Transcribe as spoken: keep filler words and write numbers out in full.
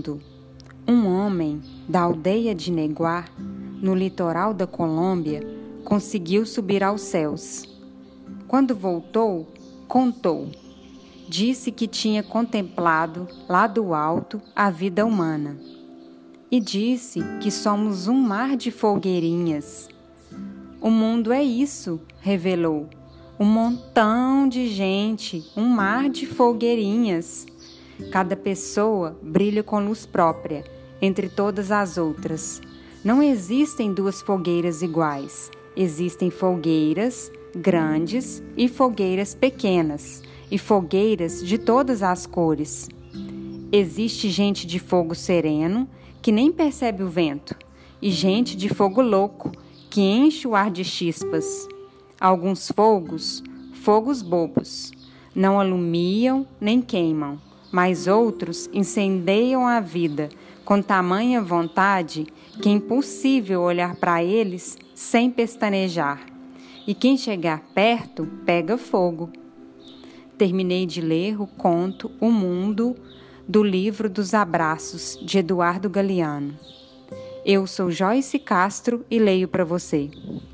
mundo. Um homem da aldeia de Neguá, no litoral da Colômbia, conseguiu subir aos céus. Quando voltou, contou. Disse que tinha contemplado, lá do alto, a vida humana. E disse que somos um mar de fogueirinhas. O mundo é isso, revelou. Um montão de gente, um mar de fogueirinhas. Cada pessoa brilha com luz própria, entre todas as outras. Não existem duas fogueiras iguais. Existem fogueiras grandes e fogueiras pequenas, e fogueiras de todas as cores. Existe gente de fogo sereno, que nem percebe o vento, e gente de fogo louco, que enche o ar de chispas. Alguns fogos, fogos bobos, não alumiam nem queimam, mas outros incendeiam a vida com tamanha vontade que é impossível olhar para eles sem pestanejar. E quem chegar perto, pega fogo. Terminei de ler o conto O Mundo, do livro dos Abraços, de Eduardo Galeano. Eu sou Joyce Castro e leio para você.